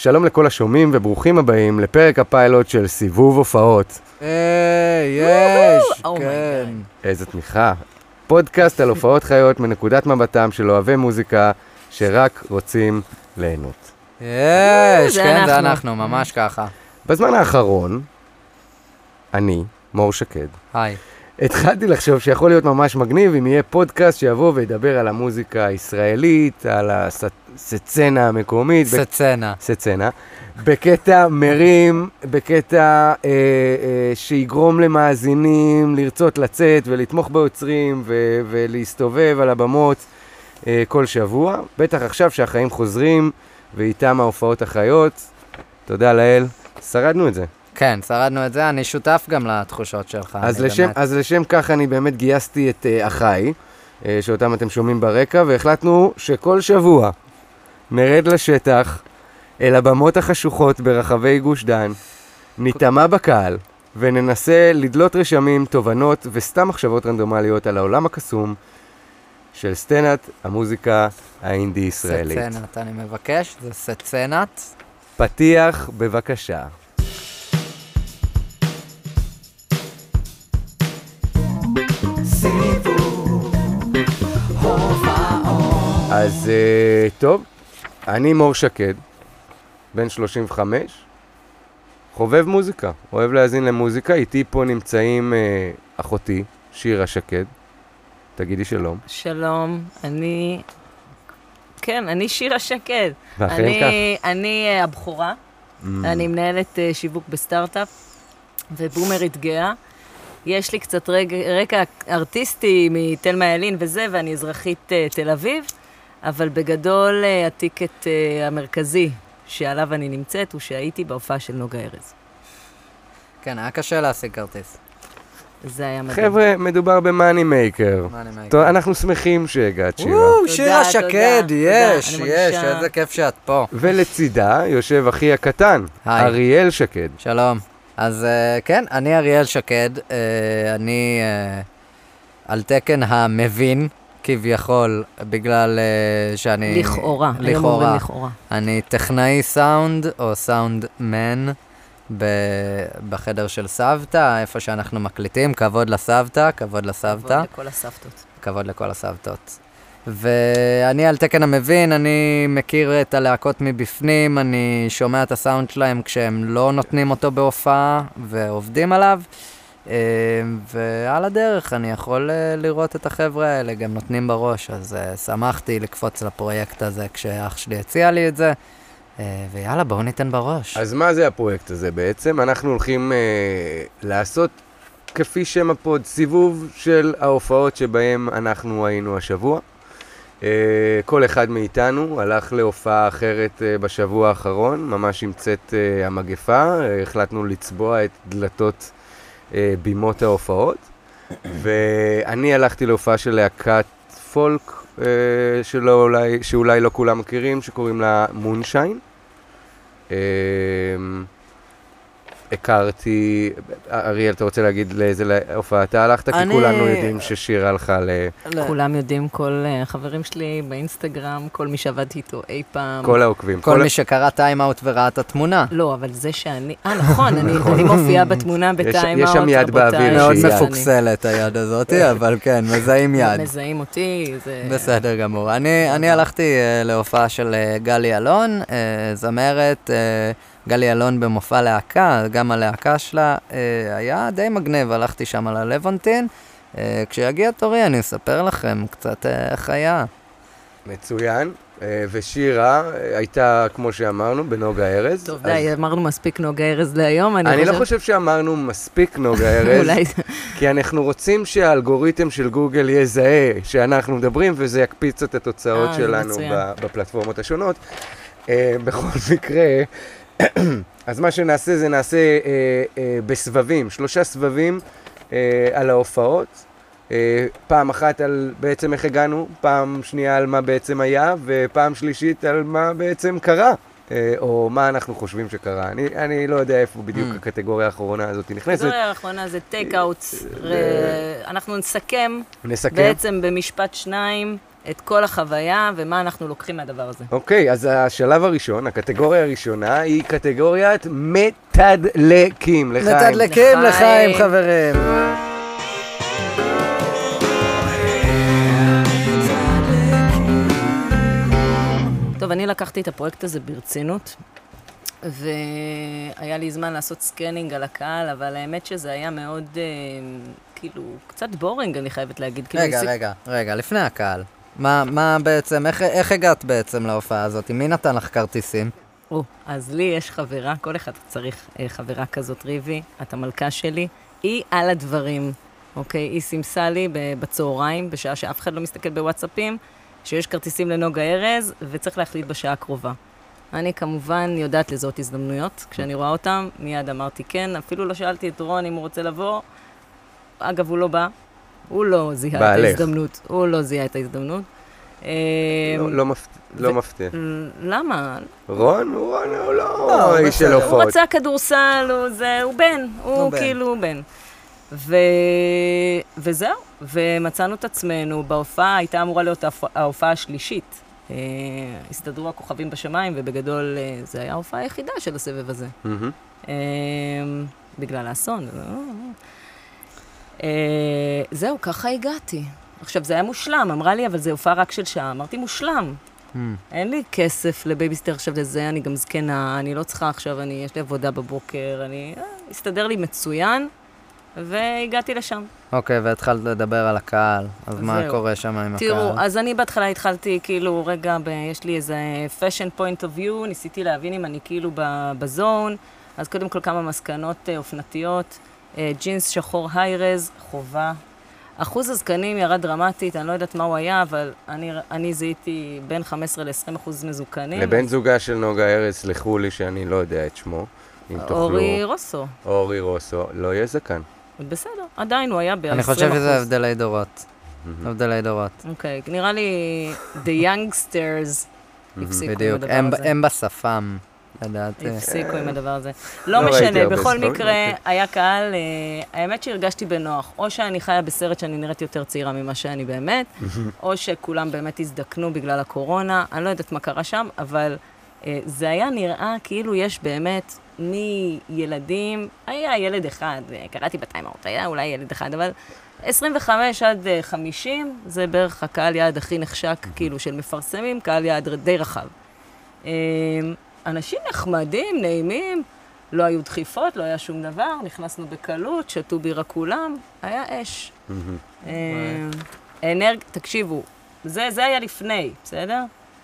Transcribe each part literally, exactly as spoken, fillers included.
שלום לכל השומעים וברוכים הבאים לפרק הפיילוט של סיבוב הופעות. היי, יש, כן. איזה תמיכה. פודקאסט על הופעות חיות מנקודת מבטם של אוהבי מוזיקה שרק רוצים ליהנות. יש, כן, זה אנחנו, ממש ככה. בזמן האחרון, אני, מור שקד, היי. התחלתי לחשוב שיכול להיות ממש מגניב אם יהיה פודקאסט שיבוא וידבר על המוזיקה הישראלית, על הסצנה המקומית. סצנה. סצנה. בקטע מרים, בקטע אה, אה, שיגרום למאזינים לרצות לצאת ולתמוך ביוצרים ו- ולהסתובב על הבמות אה, כל שבוע. בטח עכשיו שהחיים חוזרים ואיתם ההופעות החיות. תודה לאל, שרדנו את זה. כן, שרדנו את זה, אני שותף גם לתחושות שלך. אז, לשם, אז לשם כך אני באמת גייסתי את uh, אחיי, uh, שאותם אתם שומעים ברקע, והחלטנו שכל שבוע נרד לשטח אל הבמות החשוכות ברחבי גוש דן, נטמע בקהל, וננסה לדלות רשמים, תובנות וסתם מחשבות רנדומליות על העולם הקסום של סצנת המוזיקה האינדי-ישראלית. סצנת, אני מבקש, זה סצנת. פתיח בבקשה. אז uh, טוב, אני מור שקד, בן שלושים וחמש, חובב מוזיקה, אוהב להאזין למוזיקה, איתי פה נמצאים uh, אחותי, שירה שקד, תגידי שלום. שלום, אני, כן, אני שירה שקד. ואכן אני, כך. אני uh, הבחורה, mm. אני מנהלת uh, שיווק בסטארט-אפ, ובומרית גאה. יש לי קצת רג, רקע ארטיסטי מתל מעלין וזה, ואני אזרחית uh, תל אביב, אבל בגדול uh, הטיקט uh, המרכזי שעליו אני נמצאת, הוא שהייתי בהופעה של נוגה ארז. כן, היה קשה להשיג כרטיס. זה היה מדהים. חבר'ה, מדובר במאני מייקר. מאני מייקר. טוב, אנחנו שמחים שהגעת, שירה. וואו, שירה שקד, יש, יש, איזה כיף שאת פה. ולצידה יושב אחי הקטן, היי. אריאל שקד. שלום. אז uh, כן, אני אריאל שקד, uh, אני uh, על תקן המבין, כביכול, בגלל uh, שאני... לכאורה, לכאורה. לכאורה. אני טכנאי סאונד, או סאונד מן, ב- בחדר של סבתא, איפה שאנחנו מקליטים, כבוד לסבתא, כבוד לסבתא. כבוד לכל הסבתות. כבוד לכל הסבתות. ואני על תקן המבין, אני מכיר את הלהקות מבפנים, אני שומע את הסאונד שלהם כשהם לא נותנים אותו בהופעה ועובדים עליו, ועל הדרך אני יכול לראות את החבר'ה האלה, גם נותנים בראש, אז שמחתי לקפוץ לפרויקט הזה כשאח שלי הציע לי את זה, ויאללה, בואו ניתן בראש. אז מה זה הפרויקט הזה בעצם? אנחנו הולכים אה, לעשות, כפי שם הפוד, סיבוב של ההופעות שבהם אנחנו היינו השבוע. Uh, כל אחד מאיתנו הלך להופעה אחרת uh, בשבוע האחרון, ממש המצאת uh, המגפה, uh, החלטנו לצבוע את דלתות uh, בימות ההופעות, ואני הלכתי להופעה של להקת פולק, uh, שלא, אולי, שאולי לא כולם מכירים, שקוראים לה מונשיין. Uh, הכרתי, אריאל, אתה רוצה להגיד לאיזה הופעה אתה הלכת? כי כולנו יודעים ששירה הלכה ל... כולם יודעים, כל החברים שלי באינסטגרם, כל מי שעבדתי איתו אי פעם. כל העוקבים. כל מי שקרא טיים-אאוט וראה את התמונה. לא, אבל זה שאני... אה, נכון, אני מופיעה בתמונה בטיים-אאוט. יש שם יד באוויר. מאוד מפוקסלת היד הזאת, אבל כן, מזהים יד. מזהים אותי, זה... בסדר גמור. אני הלכתי להופעה של גלי אלון, זמרת... גלי אלון במופע להקה, גם הלהקה שלה אה, היה די מגניב, הלכתי שם על הלוונטין. אה, כשיגיע תורי אני אספר לכם קצת אה, איך היה. מצוין, אה, ושירה אה, הייתה, כמו שאמרנו, בנוגה ארז. טוב, אז... די, אמרנו מספיק נוגה ארז להיום. אני, אני חושב... לא חושב שאמרנו מספיק נוגה ארז, אולי... כי אנחנו רוצים שהאלגוריתם של גוגל יזהה שאנחנו מדברים, וזה יקפיץ את התוצאות אה, שלנו בפלטפורמות השונות. אה, בכל מקרה... אז מה שנעשה זה נעשה אה, אה, בסבבים, שלושה סבבים אה, על ההופעות. אה, פעם אחת על בעצם איך הגענו, פעם שנייה על מה בעצם היה, ופעם שלישית על מה בעצם קרה, אה, או מה אנחנו חושבים שקרה. אני, אני לא יודע איפה בדיוק mm. הקטגוריה האחרונה הזאת נכנסת. הקטגוריה האחרונה זה טייק-אוט. ר... אנחנו נסכם, נסכם בעצם במשפט שניים את כל החוויה ומה אנחנו לוקחים מהדבר הזה. אוקיי, אז השלב הראשון, הקטגוריה הראשונה, היא קטגוריית מתדלקים. לחיים. מתדלקים לחיים, חברים. טוב, אני לקחתי את הפרויקט הזה ברצינות, והיה לי זמן לעשות סקנינג על הקהל, אבל האמת שזה היה מאוד, אה, כאילו, קצת בורינג, אני חייבת להגיד. רגע, כאילו, רגע, רגע, לפני הקהל. מה, מה בעצם, איך, איך הגעת בעצם להופעה הזאת? מי נתן לך כרטיסים? או, אז לי יש חברה, כל אחד צריך אה, חברה כזאת, ריבי, את המלכה שלי, היא על הדברים, אוקיי? היא סימסה לי בצהריים, בשעה שאף אחד לא מסתכל בוואטסאפים, שיש כרטיסים לנוגה ארז, וצריך להחליט בשעה הקרובה. אני כמובן יודעת לזאת הזדמנויות, כשאני רואה אותם, מיד אמרתי כן, אפילו לא שאלתי את רון אם הוא רוצה לבוא, אגב, הוא לא בא, הוא לא זיהה את ההזדמנות, הוא לא זיהה את ההזדמנות. לא מפתיע. למה? רון, רון, הוא לא איש של הופעות. הוא רצה כדורסל, הוא בן, הוא כאילו בן. וזהו, ומצאנו את עצמנו, בהופעה הייתה אמורה להיות ההופעה השלישית. הסתדרו הכוכבים בשמיים, ובגדול זה היה ההופעה היחידה של הסבב הזה. בגלל האסון. זהו, ככה הגעתי. עכשיו, זה היה מושלם, אמרה לי, אבל זה הופעה רק של שעה. אמרתי, מושלם. אין לי כסף לבייביסטר עכשיו לזה, אני גם זקנה, אני לא צריכה עכשיו, יש לי עבודה בבוקר, אני... הסתדר לי מצוין. והגעתי לשם. אוקיי, והתחלת לדבר על הקהל, אז מה קורה שם עם הקהל? תראו, אז אני בהתחלה התחלתי, כאילו, רגע, יש לי איזה fashion point of view, ניסיתי להבין אם אני כאילו בזון, אז קודם כל כמה מסקנות אופנתיות, ג'ינס שחור היירז, חובה. אחוז הזקנים ירד דרמטית, אני לא יודעת מה הוא היה, אבל אני, אני זיהיתי בין חמישה עשר לעשרים אחוז מזוקנים. לבן זוגה של נוגה ארז, סלחו לי שאני לא יודע את שמו. אורי רוסו. אורי רוסו, לא יהיה זקן. בסדר, עדיין הוא היה ב-עשרים אחוז. אני חושב שזה הבדלי דורות. הבדלי דורות. אוקיי, נראה לי, the youngsters הפסיקו עם הדבר הזה. הם בשפם, לדעתי. הפסיקו עם הדבר הזה. לא משנה, בכל מקרה, היה קהל, האמת שהרגשתי בנוח. או שאני חיה בסרט שאני נראית יותר צעירה ממה שאני באמת, או שכולם באמת הזדקנו בגלל הקורונה. אני לא יודעת מה קרה שם, אבל זה היה נראה כאילו יש באמת מילדים, היה ילד אחד, קראתי בטיימאוט, היה אולי ילד אחד, אבל עשרים וחמש עד חמישים, זה בערך הקהל יעד הכי נחשק, כאילו, של מפרסמים, קהל יעד די רחב. אנשים נחמדים, נעימים, לא היו דחיפות, לא היה שום דבר, נכנסנו בקלות, שתו בירה כולם, היה אש. אנרג... תקשיבו, זה היה לפני, בסדר?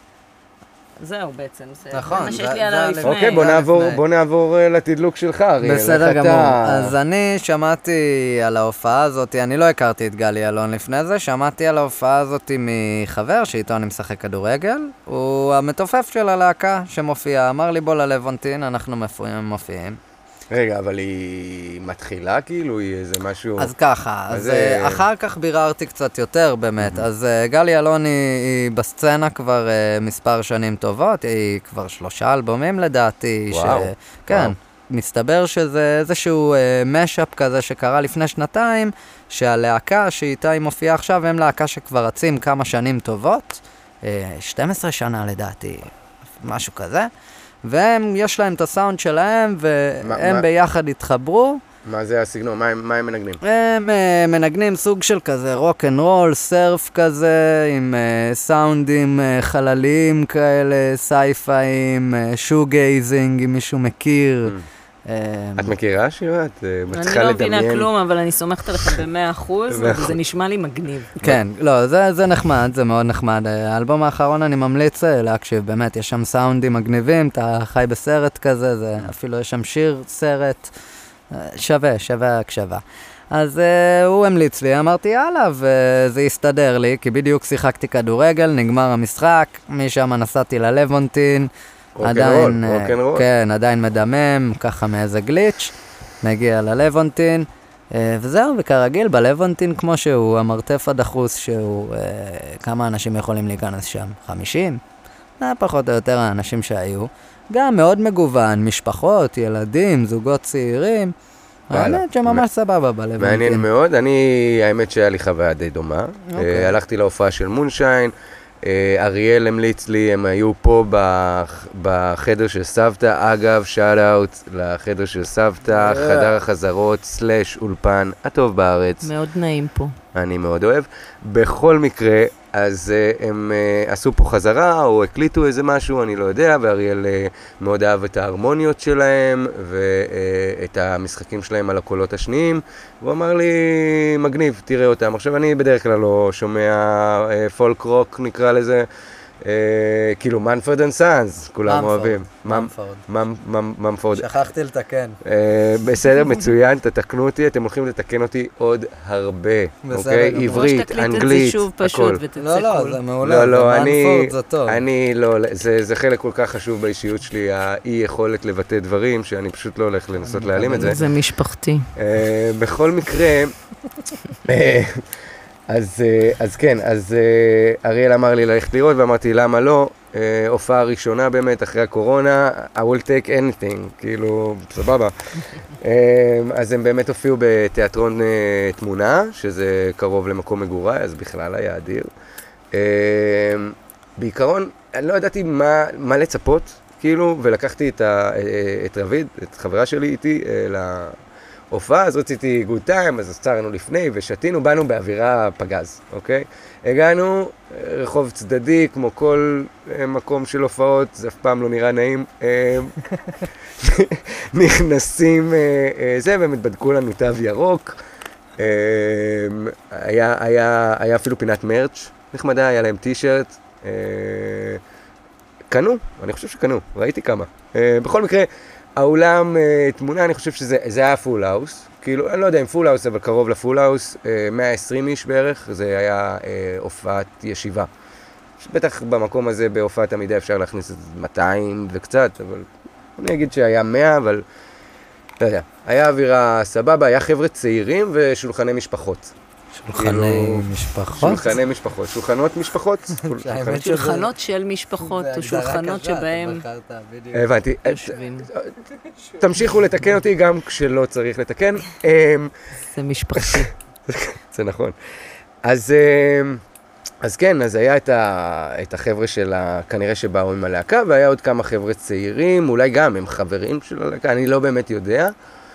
זהו בעצם, נכון, זה היה לפני. אוקיי, בוא נעבור לתדלוק שלך, אריאל. בסדר גמור. אז אני שמעתי על ההופעה הזאת, אני לא הכרתי את גלי אלון לפני זה, שמעתי על ההופעה הזאת מחבר שאיתו אני משחק כדורגל, הוא המתופף של הלהקה שמופיע, אמר לי בוא ללוונטין, אנחנו מופיעים. רגע, אבל היא מתחילה כאילו, היא איזה משהו... אז ככה, אז אחר כך ביררתי קצת יותר באמת, אז גלי אלון היא בסצנה כבר מספר שנים טובות, היא כבר שלושה אלבומים לדעתי. וואו. כן, מסתבר שזה איזשהו משאפ כזה שקרה לפני שנתיים, שהלהקה שאיתה היא מופיעה עכשיו, הם להקה שכבר רצים כמה שנים טובות, שתים עשרה שנה לדעתי, משהו כזה. והם, יש להם את הסאונד שלהם, והם ביחד התחברו. מה זה הסגנון? מה הם מנגנים? הם מנגנים סוג של כזה רוק אנד רול, סרף כזה, עם סאונדים חלליים כאלה, סייפיים, שוגייזינג, אם מישהו מכיר. את מכירה שירה? את מצליחה לדמיין? אני לא מבינה כלום, אבל אני סומכת עליך במאה אחוז, וזה נשמע לי מגניב. כן, לא, זה נחמד, זה מאוד נחמד. האלבום האחרון אני ממליץ להקשיב, באמת, יש שם סאונדים מגניבים, אתה חי בסרט כזה, אפילו יש שם שיר, סרט, שווה, שווה הקשבה. אז הוא המליץ לי, אמרתי יאללה, וזה יסתדר לי, כי בדיוק שיחקתי כדורגל, נגמר המשחק, משם נסעתי ללוונטין, עדיין, כן, עדיין מדמם, ככה מאיזה גליץ', מגיע ללוונטין, וזהו, וכרגיל, בלוונטין כמו שהוא, המרתף הדחוס שהוא, כמה אנשים יכולים להיכנס שם? חמישים? פחות או יותר האנשים שהיו, גם מאוד מגוון, משפחות, ילדים, זוגות צעירים, האמת שממש סבבה בלב. מעניין מאוד, אני, האמת שהיה לי חוויה די דומה. הלכתי להופעה של מונשיין, אריאל המליץ לי, הם היו פה בחדר של סבתא, אגב, שאט אאוט לחדר של סבתא, חדר החזרות, סלש אולפן, הטוב בארץ. מאוד נעים פה. אני מאוד אוהב. בכל מקרה, אז uh, הם uh, עשו פה חזרה, או הקליטו איזה משהו, אני לא יודע, ואריאל uh, מאוד אהב את ההרמוניות שלהם, ואת uh, המשחקים שלהם על הקולות השניים, והוא אמר לי, מגניב, תראה אותם. עכשיו, אני בדרך כלל לא שומע uh, פולק רוק, נקרא לזה, uh, כאילו מנפורד אנד סאנס, כולם אוהבים. ממפורד. ממפורד. שכחתי לתקן. Uh, בסדר, מצוין, תתקנו אותי, אתם הולכים לתקן אותי עוד הרבה, אוקיי? עברית, אנגלית, הכל. לא, לא, זה מעולה, לא, לא, זה אני, מנפורד, זה טוב. אני לא, זה, זה חלק כל כך חשוב באישיות שלי, האי יכולת לבטא דברים, שאני פשוט לא הולך לנסות להעלים את זה. זה משפחתי. Uh, בכל מקרה, uh, אז, uh, אז כן, אז uh, אריאל אמר לי ללכת לראות, ואמרתי למה לא, uh, הופעה ראשונה באמת אחרי הקורונה, I will take anything, כאילו, סבבה. uh, אז הם באמת הופיעו בתיאטרון uh, תמונה, שזה קרוב למקום מגוריי, אז בכלל היה אדיר. Uh, בעיקרון, אני לא ידעתי מה, מה לצפות, כאילו, ולקחתי את, ה, את רביד, את חברה שלי איתי, uh, להופעה, אז רציתי good time, אז עצרנו לפני ושתינו, באנו באווירה פגז, אוקיי? הגענו, רחוב צדדי, כמו כל מקום של הופעות, זה אף פעם לא נראה נעים. נכנסים זה, והם התבדקו לנו תו ירוק. היה, היה, היה אפילו פינת מרץ' נחמדה, היה להם טי-שירט. קנו, אני חושב שקנו, ראיתי כמה. בכל מקרה, האולם תמונה, אני חושב שזה היה פול האוס. כאילו, אני לא יודע אם פול האוס, אבל קרוב לפול האוס, מאה ועשרים איש בערך, זה היה הופעת ישיבה. בטח במקום הזה, בהופעת עמידה, אפשר להכניס את מאתיים וקצת, אבל אני אגיד שהיה מאה, אבל לא יודע. היה אווירה סבבה, היה חבר'ה צעירים ושולחני משפחות. שולחני משפחות? שולחני משפחות, שולחנות משפחות. שולחנות של משפחות, או שולחנות שבהם הבנתי. תמשיכו לתקן אותי גם כשלא צריך לתקן. זה משפחתי. זה נכון. אז אז כן, אז היה את החבר'ה של כנראה שבאו עם הלהקה, והיה עוד כמה חבר'ה צעירים, אולי גם הם חברים של הלהקה, אני לא באמת יודע.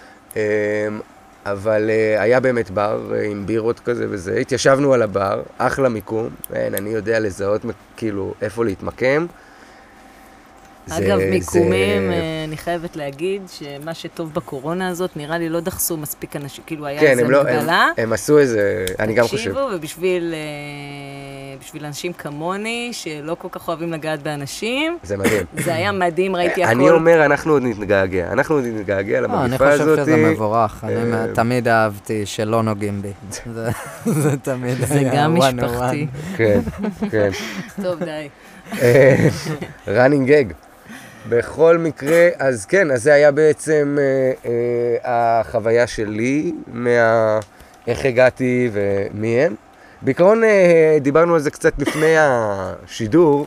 אבל uh, היה באמת בר uh, עם בירות כזה וזה, התיישבנו על הבר, אחלה מיקום, אין, אני יודע לזהות כאילו איפה להתמקם. אגב, זה, מיקומים, זה... אני חייבת להגיד שמה שטוב בקורונה הזאת, נראה לי לא דחסו מספיק אנשים, כאילו היה כן, איזה מגבלה. לא, הם, הם עשו איזה, אני גם חושב. תקשיבו, ובשביל בשביל אנשים כמוני, שלא כל כך אוהבים לגעת באנשים. זה מדהים. זה היה מדהים, ראיתי הכל. אני אומר, אנחנו עוד נתגעגע, אנחנו עוד נתגעגע למגפה הזאת. אני חושב שזה מבורך, אני תמיד אהבתי שלא נוגעים בי. זה תמיד זה גם משפחתי. כן, כן. טוב, די. running gag. בכל מקרה, אז כן, אז זה היה בעצם אה, אה, החוויה שלי, מה... איך הגעתי ומי הם. בעיקרון אה, דיברנו על זה קצת לפני השידור,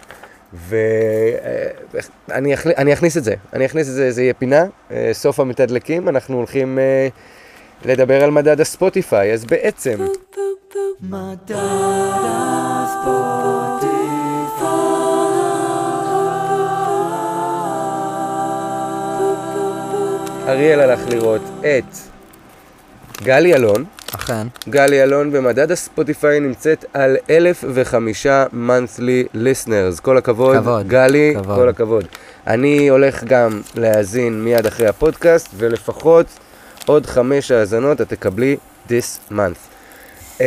ואני אה, אני אכניס את זה, אני אכניס את זה, זה יהיה פינה, אה, סוף המתדלקים, אנחנו הולכים אה, לדבר על מדד הספוטיפיי, אז בעצם... מדד הספוטיפיי אריאל הלך לראות את גלי אלון. אכן. גלי אלון במדד הספוטיפיי נמצאת על אלף וחמישה monthly listeners. כל הכבוד. כבוד. גלי, כבוד. כל הכבוד. אני הולך גם להאזין מיד אחרי הפודקאסט, ולפחות עוד חמש האזנות את תקבלי this month.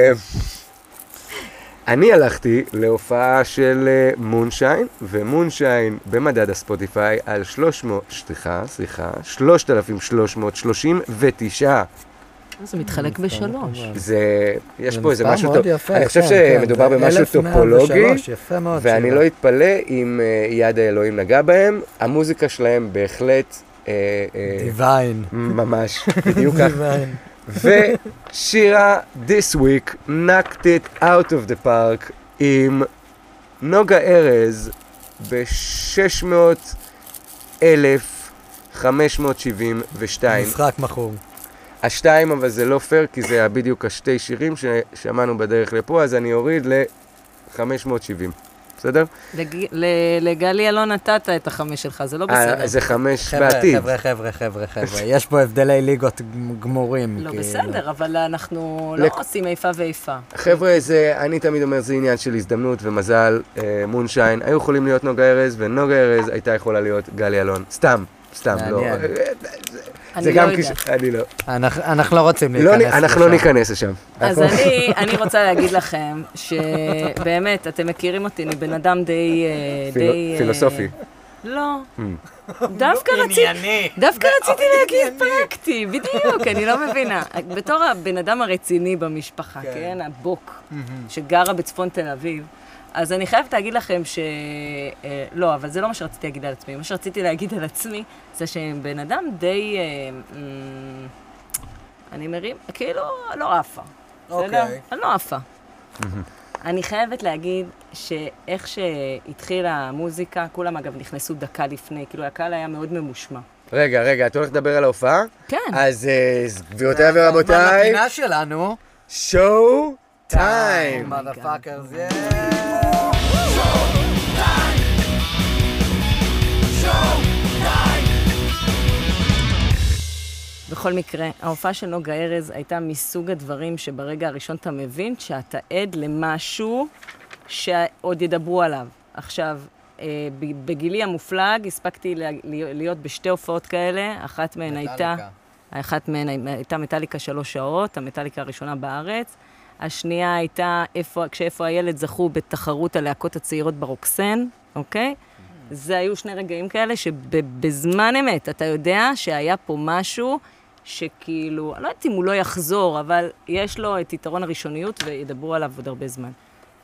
אני הלכתי להופעה של מונשיין, ומונשיין במדד הספוטיפיי על שלוש מאות, סליחה, סליחה, שלושת אלפים שלוש מאות שלושים ותשע. זה מתחלק בשלוש. זה, יש פה איזה משהו טוב. אני חושב שמדובר במשהו טופולוגי, ואני לא אתפלא אם יד האלוהים נגע בהם. המוזיקה שלהם בהחלט... דיוויין. ממש, בדיוק כך. ושירה this week knocked it out of the park עם נוגה ארז ב-שש מאות אלף חמש מאות שבעים ושתיים. משחק מחור. השתיים, אבל זה לא פייר, כי זה בדיוק השתי שירים ששמענו בדרך לפה, אז אני אוריד ל-חמש מאות שבעים. בסדר? לגלי אלון נתת את החמש שלך, זה לא בסדר. זה חמש בעתיד. חבר'ה, חבר'ה, חבר'ה, חבר'ה, יש פה הבדלי ליגות גמורים. לא בסדר, אבל אנחנו לא עושים איפה ואיפה. חבר'ה, אני תמיד אומר, זה עניין של הזדמנות ומזל, מונשיין, היו יכולים להיות נוגה ארז, ונוגה ארז הייתה יכולה להיות גלי אלון. סתם, סתם, לא. זה גם כש... אני לא. אנחנו לא רוצים להיכנס לשם. אנחנו לא ניכנס לשם. אז אני רוצה להגיד לכם שבאמת, אתם מכירים אותי, אני בן אדם די... פילוסופי. לא. דווקא רציתי להגיד פרקטי, בדיוק, אני לא מבינה. בתור הבן אדם הרציני במשפחה, כן? הבוק, שגרה בצפון תל אביב, אז אני חייבת להגיד לכם ש... לא, אבל זה לא מה שרציתי להגיד על עצמי. מה שרציתי להגיד על עצמי זה שבן אדם די... אני מרים, כאילו, לא עפה. אוקיי. אני לא עפה. אני חייבת להגיד שאיך שהתחילה המוזיקה, כולם אגב נכנסו דקה לפני, כאילו הקהל היה מאוד ממושמע. רגע, רגע, את הולך לדבר על ההופעה? כן. אז גבירותיי ורבותיי... במדינה שלנו... שואו טיים! motherfuckers, yeah! בכל מקרה, ההופעה של נוגה ארז הייתה מסוג הדברים שברגע הראשון אתה מבין שאתה עד למשהו שעוד ידברו עליו. עכשיו, בגילי המופלג הספקתי להיות בשתי הופעות כאלה, אחת מהן הייתה... אחת מהן הייתה מטליקה שלוש שעות, המטליקה הראשונה בארץ. השנייה הייתה איפה, כשאיפה הילד זכו בתחרות הלהקות הצעירות ברוקסן, אוקיי? זה היו שני רגעים כאלה שבזמן אמת אתה יודע שהיה פה משהו שכאילו, אני לא יודעת אם הוא לא יחזור, אבל יש לו את יתרון הראשוניות וידברו עליו עוד הרבה זמן.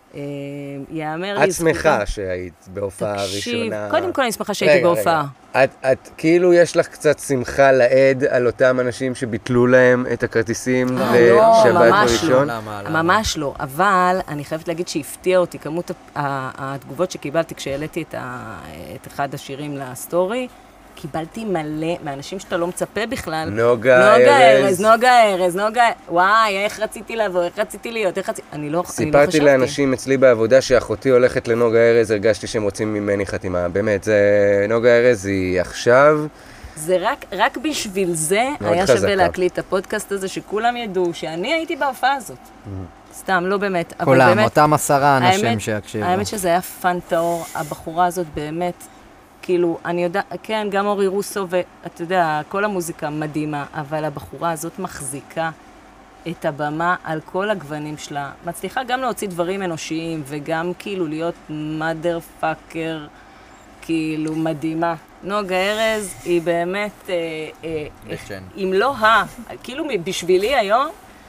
יאמר לי... את שמחה שהיית בהופעה הראשונה. קודם כל אני שמחה שהייתי בהופעה. את כאילו יש לך קצת שמחה לעד על אותם אנשים שביטלו להם את הכרטיסים לשבת ראשון? ממש לא, אבל אני חייבת להגיד שהפתיע אותי כמות התגובות שקיבלתי כשהעליתי את אחד השירים לסטורי. קיבלתי מלא מאנשים שאתה לא מצפה בכלל. נוגה ארז. נוגה ארז, נוגה... וואי, איך רציתי לבוא, איך רציתי להיות, איך רציתי... אני לא חשבתי. סיפרתי לאנשים אצלי בעבודה שאחותי הולכת לנוגה ארז, הרגשתי שהם רוצים ממני חתימה. באמת, זה... נוגה ארז היא עכשיו... זה רק, רק בשביל זה היה שווה להקליט את הפודקאסט הזה, שכולם ידעו שאני הייתי בהופעה הזאת. סתם, לא באמת. כולם, אותם עשרה אנשים שיקשיבו. האמת שזה היה פנטאור, הבחורה הזאת באמת... כאילו, אני יודע, כן, גם אורי רוסו, ואתה יודע, כל המוזיקה מדהימה, אבל הבחורה הזאת מחזיקה את הבמה על כל הגוונים שלה. מצליחה גם להוציא דברים אנושיים, וגם כאילו להיות mother fucker, כאילו מדהימה. נוגה ארז היא באמת, אה, אה, אם לא ה, כאילו בשבילי היום,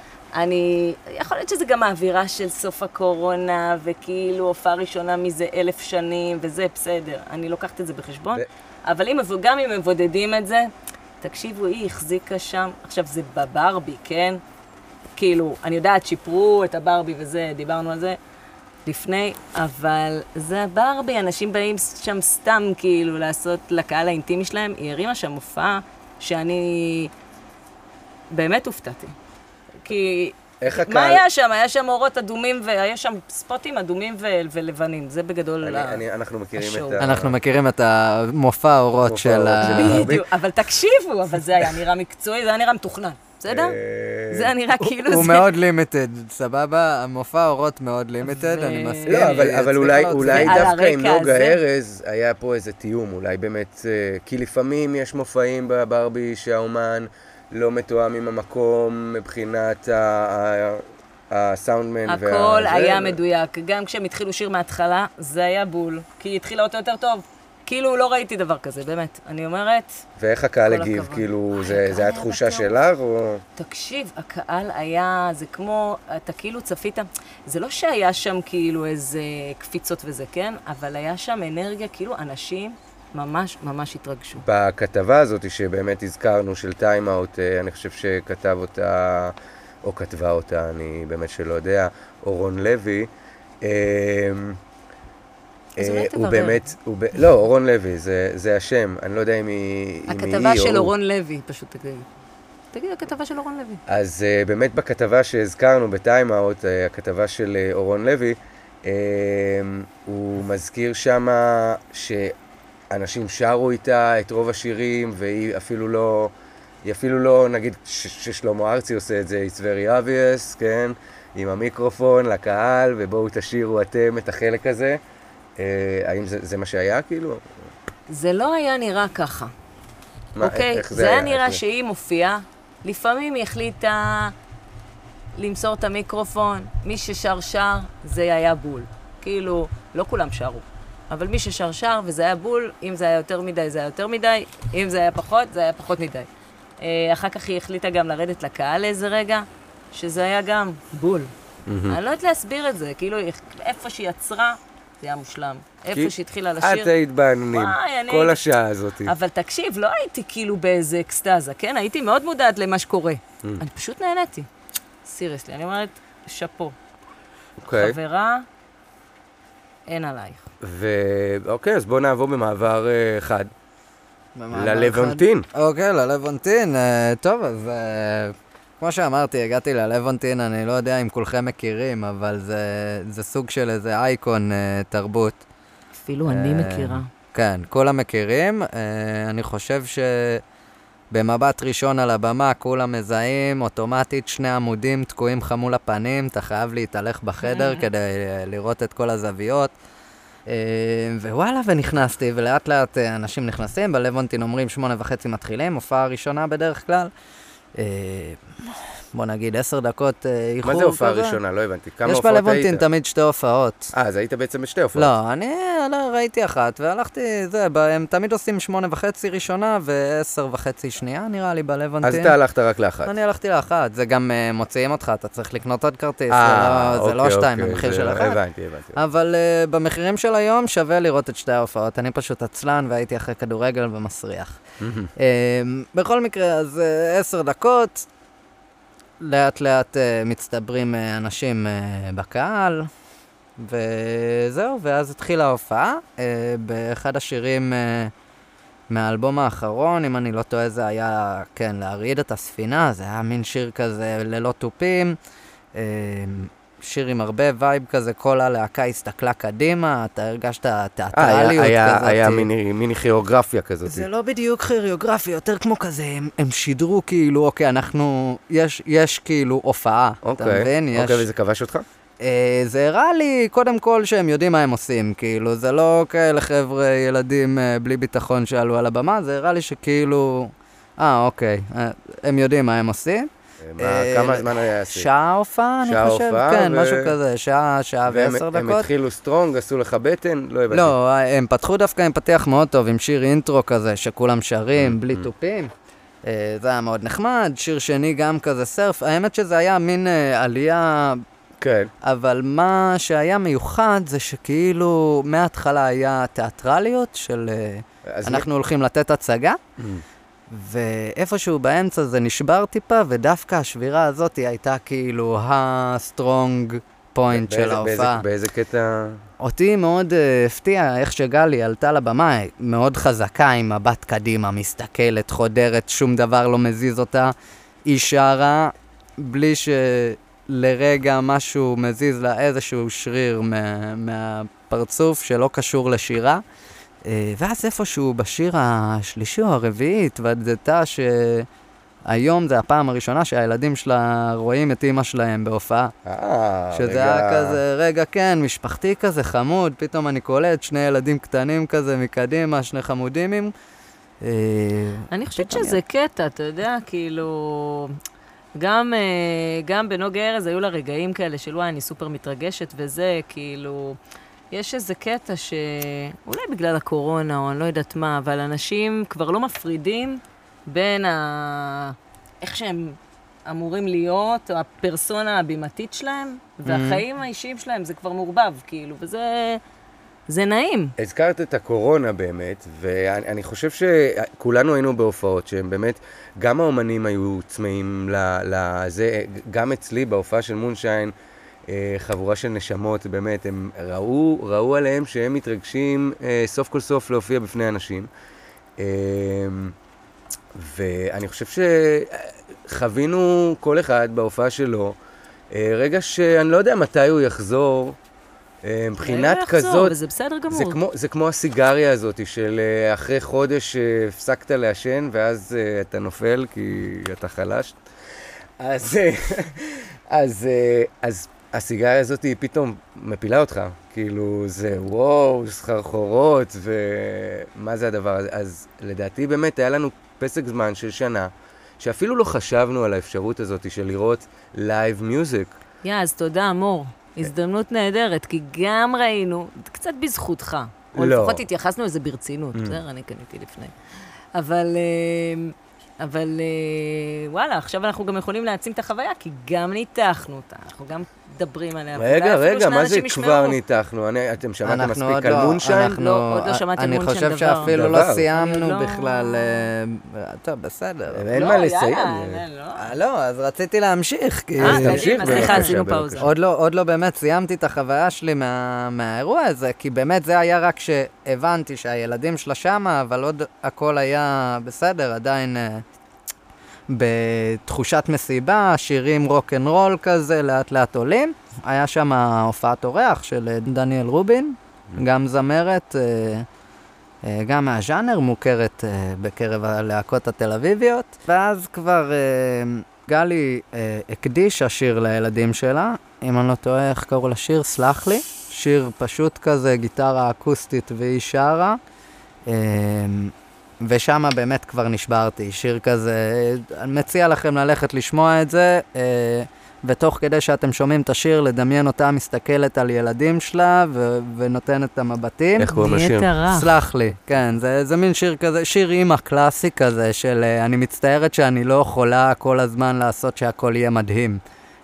אני, יכול להיות שזה גם האווירה של סוף הקורונה, וכאילו הופעה ראשונה מזה אלף שנים, וזה בסדר, אני לוקחת את זה בחשבון, ו... אבל אם, גם אם מבודדים את זה, תקשיבו, היא החזיקה שם, עכשיו זה בברבי, כן? כאילו, אני יודעת, שיפרו את הברבי וזה, דיברנו על זה לפני, אבל זה הברבי, אנשים באים שם סתם כאילו לעשות לקהל האינטימי שלהם, היא הרימה שם הופעה שאני באמת הופתעתי. כי מה היה שם? היה שם אורות אדומים, והיה שם ספוטים אדומים ולבנים. זה בגדול אנחנו מכירים את ה... אנחנו מכירים את המופע האורות של ה... בדיוק, אבל תקשיבו, אבל זה היה נראה מקצועי, זה היה נראה מתוכנן, בסדר? זה היה נראה כאילו זה... הוא מאוד לימיטד, סבבה? המופע האורות מאוד לימיטד, אני מסכים. לא, אבל אולי דווקא עם נוגה ארז היה פה איזה תיאום, אולי באמת, כי לפעמים יש מופעים בברבי שהאומן... לא מתואם עם המקום מבחינת הסאונדמן. הכל היה מדויק. גם כשהם התחילו שיר מההתחלה, זה היה בול. כי היא התחילה אותו יותר טוב. כאילו לא ראיתי דבר כזה, באמת. אני אומרת... ואיך הקהל הגיב? כאילו, זה היה תחושה שלך או... תקשיב, הקהל היה... זה כמו... אתה כאילו צפית... זה לא שהיה שם כאילו איזה קפיצות וזה, כן? אבל היה שם אנרגיה, כאילו אנשים... ממש ממש התרגשו. בכתבה הזאת שבאמת הזכרנו של טיים אאוט, אני חושב שכתב אותה, או כתבה אותה, אני באמת שלא יודע, אורון לוי. הוא באמת, לא, אורון לוי, זה השם, אני לא יודע אם היא... הכתבה של אורון לוי, פשוט תגיד. תגיד, הכתבה של אורון לוי. אז uh, באמת בכתבה שהזכרנו בטיימאוט, uh, הכתבה של uh, אורון לוי, uh, הוא מזכיר שמה שאנשים שרו איתה את רוב השירים, והיא אפילו לא, היא אפילו לא, נגיד ש- ששלמה ארצי עושה את זה, it's very obvious, כן? עם המיקרופון לקהל, ובואו תשירו אתם את החלק הזה. Uh, האם זה, זה מה שהיה כאילו? זה לא היה נראה ככה. מה, אוקיי? איך זה זה היה היה? נראה איך זה? שהיא מופיעה, לפעמים היא החליטה למסור את המיקרופון, מי ששר שר, זה היה בול. כאילו, לא כולם שרו, אבל מי ששר שר וזה היה בול, אם זה היה יותר מדי, זה היה יותר מדי, אם זה היה פחות, זה היה פחות מדי. אה, אחר כך היא החליטה גם לרדת לקהל איזה רגע, שזה היה גם בול. אני לא יודעת להסביר את זה, כאילו, איפה שהיא יצרה, זה היה מושלם. איפה שהיא התחילה לשיר. את היית בעננים, וואי, אני כל הייתי- השעה הזאת. אבל תקשיב, לא הייתי כאילו באיזה אקסטאזה, כן? הייתי מאוד מודעת למה שקורה. אני פשוט נהניתי. סיריוסלי, אני אומרת, שאפו. אוקיי. חברה, אין עלייך. ואוקיי, אז בואו נעבור במעבר אה, חד. במעבר ללוונטין. אחד. אוקיי, ללוונטין. אה, טוב, אז אה, כמו שאמרתי, הגעתי ללוונטין, אני לא יודע אם כולכם מכירים, אבל זה, זה סוג של איזה אייקון אה, תרבות. אפילו אני אה, מכירה. כן, כולם מכירים. אה, אני חושב שבמבט ראשון על הבמה כולם מזהים אוטומטית שני עמודים תקועים חמול הפנים, אתה חייב להתהלך בחדר כדי אה, לראות את כל הזוויות. אה, ווואלה, ונכנסתי, ולאט לאט אה, אנשים נכנסים, בלוונטין אומרים שמונה וחצי מתחילים, הופעה ראשונה בדרך כלל. אה, בוא נגיד עשר דקות אה, איחור מה כזה. זה הופעה ראשונה? לא הבנתי. כמה יש הופעות בלוונטין היית? תמיד שתי הופעות. אה, אז היית בעצם בשתי הופעות. לא, אני לא, ראיתי אחת, והלכתי, זה, ב- הם תמיד עושים שמונה וחצי ראשונה, ועשר וחצי שנייה, נראה לי, בלוונטין. אז אתה הלכת רק לאחת. אני הלכתי לאחת, זה גם uh, מוציאים אותך, אתה צריך לקנות עוד כרטיס, אה, זה לא, זה לא אוקיי, שתיים, אוקיי, במחיר זה- של אחת. הבנתי, הבנתי. אבל uh, במחירים של היום שווה לראות את שתי ההופעות, אני פשוט עצלן והייתי אחרי כדורגל ומסריח. uh, בכל מקרה, אז uh, עשר דקות, לאט לאט uh, מצטברים uh, אנשים uh, בקהל, וזהו, ואז התחילה ההופעה. uh, באחד השירים uh, מהאלבום האחרון, אם אני לא טועה, זה היה, כן, להרעיד את הספינה, זה היה מין שיר כזה ללא תופים, uh, שיר עם הרבה וייב כזה, כל הלהקה הסתכלה קדימה, אתה הרגשת אה, היה- תיאטרליות היה- כזאת. היה מיני מיני כיאוגרפיה כזאת. זה לא בדיוק כיריוגרפי, יותר כמו כזה, הם, הם שידרו כאילו, אוקיי, אנחנו, יש, יש כאילו הופעה, אתה אוקיי, מבין? יש, אוקיי, וזה כבש אותך? אה, זה הראה לי, קודם כל, שהם יודעים מה הם עושים, כאילו, זה לא כאלה חבר'ה, ילדים אה, בלי ביטחון שעלו על הבמה, זה הראה לי שכאילו, אה, אוקיי, אה, הם יודעים מה הם עושים. מה- אה, כמה זמן היה עשי? שעה הופעה, אני שעה חושב, הופעה, כן, ו- משהו כזה, שעה, שעה והם ועשר הם דקות. התחילו סטרונג, עשו לך בטן? לא הבנתי. לא, הם פתחו דווקא עם פתיח מאוד טוב, עם שיר אינטרו כזה, שכולם שרים, בלי תופים. אה, זה היה מאוד נחמד, שיר שני גם כזה סרף. האמת שזה היה מין אה, עלייה, כן. אבל מה שהיה מיוחד זה שכאילו מההתחלה היה תיאטרליות של אה, אז אנחנו הולכים לתת הצגה, ואיפשהו באמצע זה נשבר טיפה, ודווקא השבירה הזאת הייתה כאילו הסטרונג פוינט של באיזה- ההופעה. באיזה- באיזה קטע? אותי מאוד uh, הפתיע איך שגלי עלתה לבמה, היא מאוד חזקה עם מבט קדימה, מסתכלת, חודרת, שום דבר לא מזיז אותה. היא שרה בלי שלרגע משהו מזיז לה איזשהו שריר מה, מהפרצוף שלא קשור לשירה. Uh, ואז איפשהו בשיר השלישי או הרביעי התוודתה שהיום זה הפעם הראשונה שהילדים שלה רואים את אמא שלהם בהופעה. אה, שזה רגע. היה כזה, רגע, כן, משפחתי כזה חמוד, פתאום אני קולט, שני ילדים קטנים כזה מקדימה, שני חמודימים. אה, אני חושבת פתאום שזה קטע, אתה יודע, כאילו... גם, אה, גם בנוגה ארז היו לה רגעים כאלה של וואי, אני סופר מתרגשת וזה, כאילו... יש איזה קטע ש... אולי בגלל הקורונה או אני לא יודעת מה, אבל אנשים כבר לא מפרידים בין ה... איך שהם אמורים להיות, או הפרסונה הבימתית שלהם, והחיים האישיים שלהם זה כבר מעורבב, כאילו, וזה... זה נעים. הזכרת את הקורונה באמת, ואני אני חושב שכולנו היינו בהופעות שהם באמת, גם האומנים היו צמאים לזה, גם אצלי בהופעה של מונשיין, אה, חבורה של נשמות, באמת, הם ראו, ראו עליהם שהם מתרגשים אה, סוף כל סוף להופיע בפני אנשים. אה, ואני חושב חווינו כל אחד בהופעה שלו, רגע שאני לא יודע מתי הוא יחזור, מבחינת כזאת, וזה בסדר גמור. זה כמו, זה כמו הסיגריה הזאת של אחרי חודש הפסקת לעשן ואז אתה נופל כי אתה חלש. אז, אז, אז הסיגריה הזאת היא פתאום מפילה אותך. כאילו זה וואו, סחרחורות ומה זה הדבר הזה. אז לדעתי באמת היה לנו פסק זמן של שנה שאפילו לא חשבנו על האפשרות הזאת של לראות לייב מיוזיק. יא, אז תודה, אמור. הזדמנות נהדרת, כי גם ראינו, קצת בזכותך, או לא. לפחות התייחסנו לזה ברצינות, בסדר, אני קניתי לפני. אבל, אבל וואלה, עכשיו אנחנו גם יכולים להעצים את החוויה, כי גם ניתחנו אותה, אנחנו גם מדברים עליה. רגע, רגע, מה זה כבר ניתחנו? אתם שמעתם מספיק על מונשיין? לא, עוד לא שמעתם מונשיין דבר. אני חושב שאפילו לא סיימנו בכלל, טוב, בסדר. אין מה לסיים. לא, אז רציתי להמשיך. אה, תמשיך, סליחה, עשינו פאוזה. עוד לא באמת סיימתי את החוויה שלי מהאירוע הזה, כי באמת זה היה רק שהבנתי שהילדים שלה שמה, אבל עוד הכל היה בסדר, עדיין בתחושת מסיבה, שירים רוק אנד רול כזה, לאט לאט עולים. היה שם הופעת אורח של דניאל רובין, גם זמרת, גם מהז'אנר, מוכרת בקרב הלהקות התל אביביות. ואז כבר גלי הקדיש השיר לילדים שלה, אם אני לא טועה איך קראו לשיר, סלח לי. שיר פשוט כזה, גיטרה אקוסטית והיא שרה. ושמה באמת כבר נשברתי, שיר כזה, אני מציע לכם ללכת לשמוע את זה, ותוך כדי שאתם שומעים את השיר, לדמיין אותה מסתכלת על ילדים שלה, ו- ונותנת את המבטים. איך קוראים לשיר? סלח לי, כן, זה, זה מין שיר כזה, שיר אימא קלאסי כזה, של אני מצטערת שאני לא יכולה כל הזמן לעשות שהכל יהיה מדהים.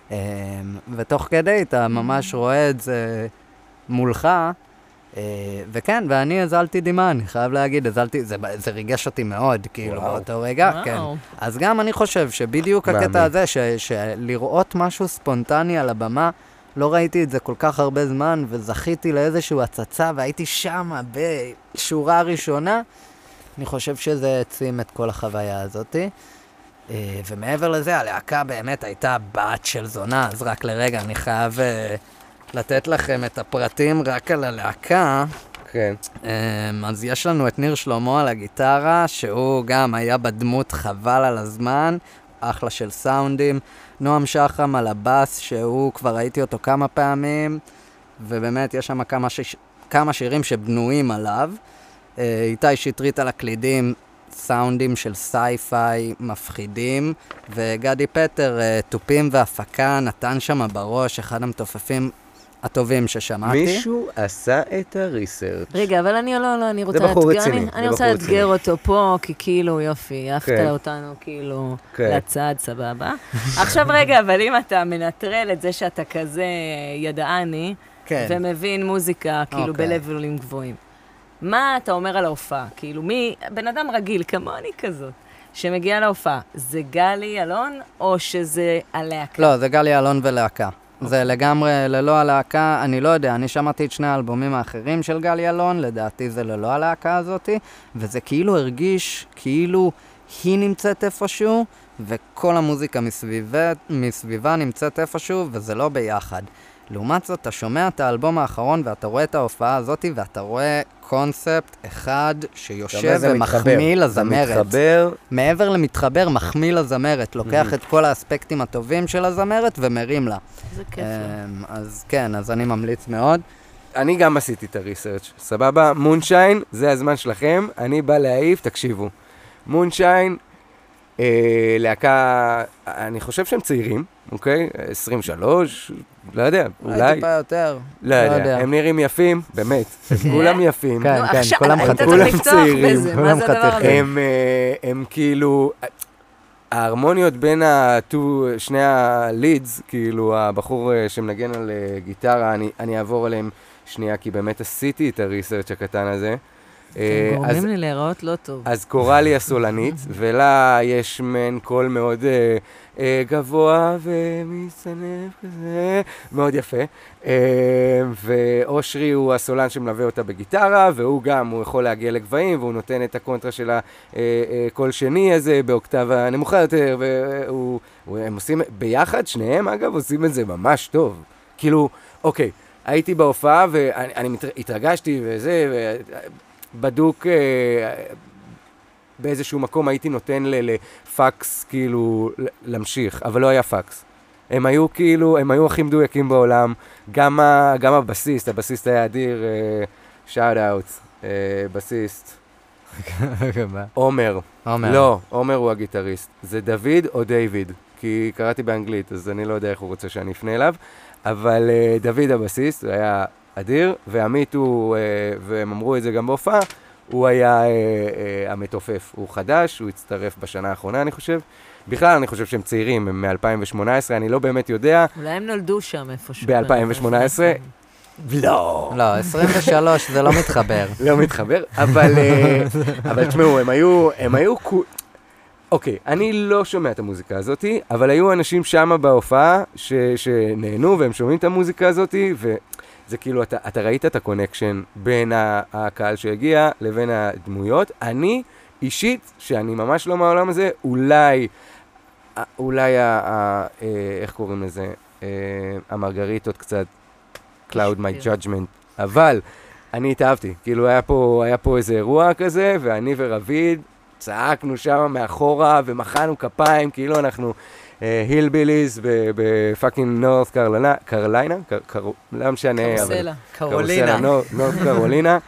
ותוך כדי אתה ממש רואה את זה מולך, וכן, ואני הזלתי דמעה, אני חייב להגיד, הזלתי, זה, זה ריגש אותי מאוד, כאילו, באותו רגע, כן. אז גם אני חושב שבדיוק הקטע הזה, ש, שלראות משהו ספונטני על הבמה, לא ראיתי את זה כל כך הרבה זמן, וזכיתי לאיזשהו הצצה, והייתי שמה בשורה ראשונה, אני חושב שזה העצים את כל החוויה הזאת. ומעבר לזה, הלהקה באמת הייתה בת של זונה, אז רק לרגע, אני חייב לתת לכם את הפרטים רק על הלהקה. כן. אז יש לנו את ניר שלמה על הגיטרה, שהוא גם היה בדמות חבל על הזמן, אחלה של סאונדים. נועם שחם על הבאס, שהוא כבר ראיתי אותו כמה פעמים, ובאמת יש שם כמה, ש... כמה שירים שבנויים עליו. איתי שטרית על הקלידים, סאונדים של סי-פיי מפחידים, וגדי פטר, טופים והפקה, נתן שם בראש, אחד המתופפים הטובים ששמעתי. מישהו עשה את הריסרצ'. רגע, אבל אני לא, לא, אני רוצה רציני, אני, אני רוצה לאתגר אותו פה, כי כאילו, יופי, אהבת כן. אותנו כאילו כן. לצד, סבבה. עכשיו רגע, אבל אם אתה מנטרל את זה שאתה כזה ידעני, כן. ומבין מוזיקה כאילו אוקיי. בלבלים גבוהים, מה אתה אומר על ההופעה? כאילו, מי, בן אדם רגיל, כמוני כזאת, שמגיע להופעה, זה גלי אלון, או שזה הלהקה? לא, זה גלי אלון ולהקה. זה לגמרי ללא הלהקה, אני לא יודע, אני שמעתי את שני האלבומים האחרים של גלי אלון, לדעתי זה ללא הלהקה הזאת, וזה כאילו הרגיש, כאילו היא נמצאת איפשהו, וכל המוזיקה מסביבה, מסביבה נמצאת איפשהו, וזה לא ביחד. לעומת זאת, אתה שומע את האלבום האחרון, ואתה רואה את ההופעה הזאת, ואתה רואה קונספט אחד שיושב ומחמיא לזמרת. זה מתחבר. מעבר למתחבר, מחמיא לזמרת. לוקח את כל האספקטים הטובים של הזמרת ומרים לה. זה כיף לה. אז כן, אז אני ממליץ מאוד. אני גם עשיתי את הריסרצ', סבבה? מונשיין, זה הזמן שלכם, אני בא להעיף, תקשיבו. מונשיין, אה, להקה, אני חושב שהם צעירים, אוקיי? עשרים ושלוש, לא יודע, אולי. טיפה יותר. לא יודע, הם נראים יפים, באמת. הם כולם יפים. כן, כן, כולם אתה חתיכים. צריך לפתוח בזה, מה זה הדבר הזה? הם, אה, הם כאילו, ההרמוניות בין הטו, שני הלידס, כאילו הבחור אה, שמנגן על אה, גיטרה, אני, אני אעבור עליהם שנייה, כי באמת עשיתי את הריסרצ' הקטן הזה. אה, אתם אז- גורמים לי להיראות לא טוב. אז קורלי הסולנית, ולה יש מן קול מאוד אה, אה, גבוה ומסנף כזה, מאוד יפה. אה, ואושרי הוא הסולן שמלווה אותה בגיטרה, והוא גם, הוא יכול להגיע לגבהים, והוא נותן את הקונטרה של הקול שני הזה באוקטבה נמוכה יותר, והוא, הוא- הם עושים, ביחד, שניהם אגב, עושים את זה ממש טוב. כאילו, אוקיי, הייתי בהופעה ואני אני מתר- התרגשתי וזה, ו... בדוק, אה, באיזשהו מקום הייתי נותן ל- לפקס כאילו ל- להמשיך, אבל לא היה פקס. הם היו כאילו, הם היו הכי מדויקים בעולם, גם, ה, גם הבסיסט, הבסיסט היה אדיר, שאוט אאוט, בסיסט, עומר. עומר. לא, עומר הוא הגיטריסט. זה דוד או דיוויד, כי קראתי באנגלית, אז אני לא יודע איך הוא רוצה שאני אפנה אליו, אבל אה, דוד הבסיסט, הוא היה אדיר, ועמית הוא, אה, והם אמרו את זה גם בהופעה, הוא היה אה, אה, המתופף. הוא חדש, הוא הצטרף בשנה האחרונה, אני חושב. בכלל, אני חושב שהם צעירים, הם מ-אלפיים שמונה עשרה, אני לא באמת יודע. אולי הם נולדו שם איפשהו. ב-אלפיים שמונה עשרה? לא. לא, עשרים ושלוש זה לא מתחבר. לא מתחבר, אבל, אה, אבל תשמעו, הם היו, הם היו, כו- אוקיי, אני לא שומע את המוזיקה הזאת, אבל היו אנשים שם בהופעה ש, שנהנו והם שומעים את המוזיקה הזאת, וזה כאילו, אתה, אתה ראית את הקונקשן בין ה- הקהל שהגיע לבין הדמויות. אני, אישית, שאני ממש לא מהעולם הזה, אולי, אולי, ה, ה, אה, איך קוראים לזה, אה, המרגריטות קצת, Cloud My Judgment, אבל אני התאהבתי, כאילו היה פה, היה פה איזה אירוע כזה, ואני ורביד צעקנו שם מאחורה ומחאנו כפיים, כאילו אנחנו הילביליז בפאקינג נורת קרוליינה, קרוליינה? לא משנה, אבל... קרוסלה. קרולינה. נורת קרולינה.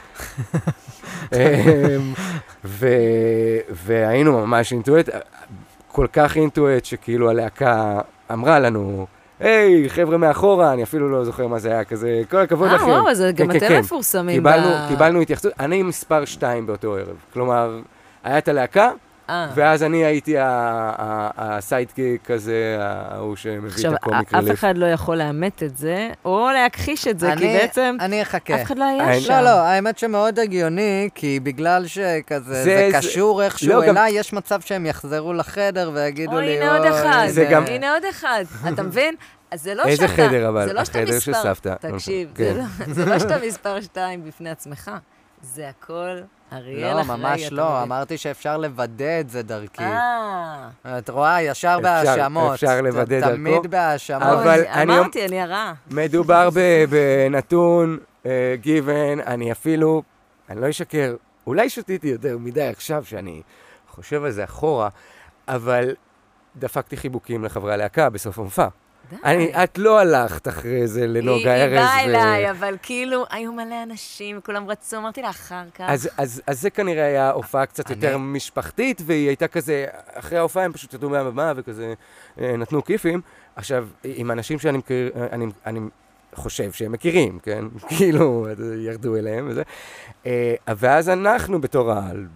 והיינו ממש אינטואט, כל כך אינטואט שכאילו הלהקה אמרה לנו, היי, חבר'ה מאחורה, אני אפילו לא זוכר מה זה היה כזה, כל הכבוד לכם. אה, וואו, אז גם כן, אתם כן. מפורסמים. קיבלנו, ב- קיבלנו התייחסות, אני מספר שתיים באותו ערב. כלומר, היה את הלהקה, אה. ואז אני הייתי הסיידקיק כזה, ההוא שמביא עכשיו, את הקומיק אף רליף. אחד לא יכול לאמת את זה, או להכחיש את זה, כי אני- בעצם אני אחכה. אף אחד לא היה אני- שם. לא, לא, האמת שמאוד הגיוני, כי בגלל שכזה, זה- זה זה- קשור איכשהו לא, גם- אליי, יש מצב שהם יחזרו לחדר ויגידו אוי, לי, הנה עוד אחד, זה גם- הנה עוד אחד, אתה מבין? אז זה לא איזה שאתה, חדר אבל? זה לא שאתה החדר של מספר, סבתא. תקשיב, כן. זה לא- זה לא שאתה מספר שתיים בפני עצמך, זה הכל אריאל לא, אחראי. ממש אתה לא, מבין? אמרתי שאפשר לוודא את זה דרכי. אה, את רואה, ישר אפשר- בהאשמות. אפשר לוודא דרכו. תמיד בהאשמות. אבל אוי, אני- אמרתי, אני הרעה. מדובר ב- בנתון, גיוון, אני אפילו, אני לא אשקר, אולי שתיתי יותר מדי עכשיו שאני חושב על זה אחורה, אבל דפקתי חיבוקים לחברי הלהקה בסוף המופע. די. אני, את לא הלכת אחרי זה לנוגה היא- ארז. היא באה ו- אליי, אבל כאילו, היו מלא אנשים, וכולם רצו, אמרתי לה, אחר כך. אז, אז, אז זה כנראה היה הופעה קצת אני- יותר משפחתית, והיא הייתה כזה, אחרי ההופעה הם פשוט ידעו מהבמה וכזה אה, נתנו כיפים. עכשיו, עם אנשים שאני מכיר, אה, אני, אני חושב שהם מכירים, כן? כאילו, ירדו אליהם וזה. אה, ואז אנחנו בתור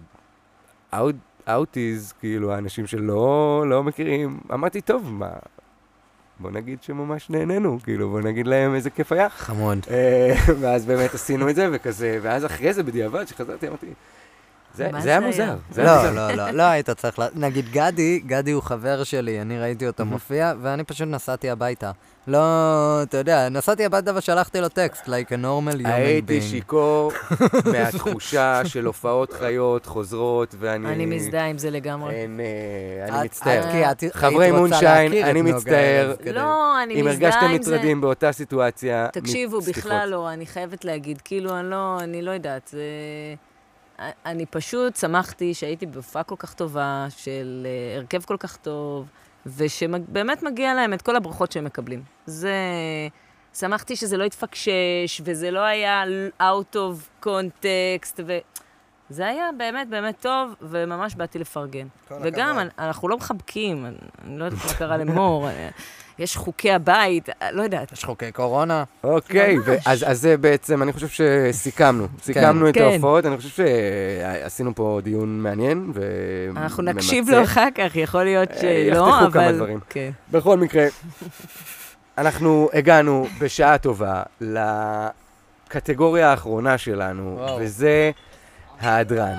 האוטיז, כאילו, האנשים שלא לא מכירים, אמרתי, טוב, מה... בוא נגיד שממש נהנינו, כאילו, בוא נגיד להם איזה כיף היה. חמוד. אה, ואז באמת עשינו את זה, וכזה, ואז אחרי זה בדיעבד, שחזרתי, אמרתי, זה מה זה זה היה היה? מוזר. זה היה לא, מוזר. לא, לא, לא היית צריך, לה- נגיד גדי, גדי הוא חבר שלי, אני ראיתי אותו מופיע, ואני פשוט נסעתי הביתה. לא, אתה יודע, נסעתי הביתה ושלחתי לו טקסט, like a normal human הייתי being. שיכור מהתחושה של הופעות חיות, חוזרות, ואני... אני מזדהה עם זה לגמרי. אין, אה, את- אני מצטער. את- כי את היית חברי רוצה מונשיין, להכיר את אני נוגה מצטער. ארז כדי- לא, אני אם מזדהה הרגשתם עם זה. מטרדים באותה סיטואציה, תקשיבו, סליחות. בכלל לא, אני חייבת להגיד, כאילו, אני לא, אני לא יודעת, זה... אני פשוט שמחתי שהייתי בהופעה כל כך טובה, של אה, הרכב כל כך טוב, ושבאמת מגיע להם את כל הברכות שהם מקבלים. זה... שמחתי שזה לא התפקשש, וזה לא היה out of context, ו... זה היה באמת באמת טוב, וממש באתי לפרגן. וגם, אני- אנחנו לא מחבקים, אני, אני לא יודעת מה קרה למור, אה, יש חוקי הבית, אה, לא יודעת. יש חוקי קורונה. אוקיי, ממש. ו- אז אז זה בעצם, אני חושב שסיכמנו. סיכמנו את כן. ההופעות, אני חושב שעשינו פה דיון מעניין וממצה. אנחנו נקשיב לו אחר כך, יכול להיות אה, שלא, יחתכו אבל... כמה דברים. כן. בכל מקרה, אנחנו הגענו בשעה טובה לקטגוריה האחרונה שלנו, וואו. וזה ההדרן.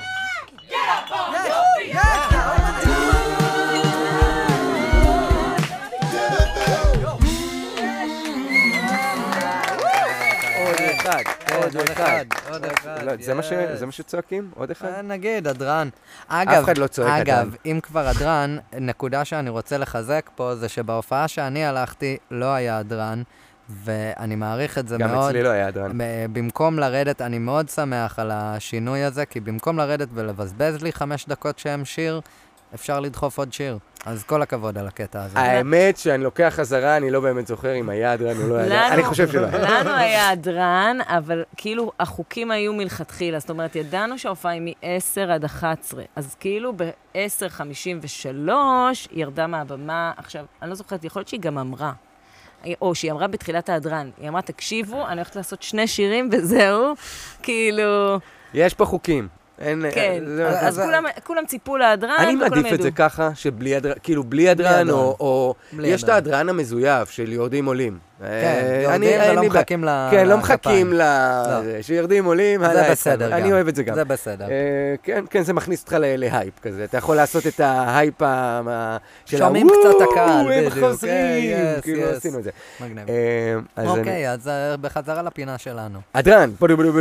אחד, עוד אחד, עוד אחד. זה מה שצועקים? עוד אחד? נגיד, הדרן. אף אחד לא צועק הדרן. אגב, אם כבר הדרן, נקודה שאני רוצה לחזק פה, זה שבהופעה שאני הלכתי, לא היה הדרן, ואני מעריך את זה מאוד. גם אצלי לא היה הדרן. במקום לרדת, אני מאוד שמח על השינוי הזה, כי במקום לרדת ולבזבז לי חמש דקות שהם שיר, אפשר לדחוף עוד שיר. אז כל הכבוד על הקטע הזה. האמת שאני לוקח חזרה, אני לא באמת זוכר אם היה הדרן או לא היה הדרן. אני חושב שלא. לנו היה הדרן, אבל כאילו החוקים היו מלכתחילה. זאת אומרת, ידענו שההופעה היא מ-עשר עד אחת עשרה. אז כאילו ב-עשר חמישים ושלוש היא ירדה מהבמה. עכשיו, אני לא זוכרת, יכול להיות שהיא גם אמרה. או שהיא אמרה בתחילת ההדרן. היא אמרה, תקשיבו, אני הולכת לעשות שני שירים וזהו. כאילו... יש פה חוקים. כן, אז כולם ציפו להדרן, אני מעדיף את זה ככה, שבלי הדרן, כאילו בלי הדרן, או יש את ההדרן המזויף של יורדים עולים. כן, יורדים ולא מחכים לכפיים. כן, לא מחכים שיורדים עולים. זה בסדר גם. אני אוהב את זה גם. זה בסדר. כן, כן, זה מכניס אותך להייפ כזה. אתה יכול לעשות את ההייפ של שומעים קצת הקהל, הם חוזרים, כאילו עשינו את זה. מגניב. אוקיי, אז בחזרה לפינה שלנו. הדרן.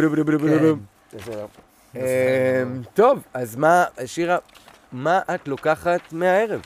טוב, אז מה, שירה, מה את לוקחת מהערב?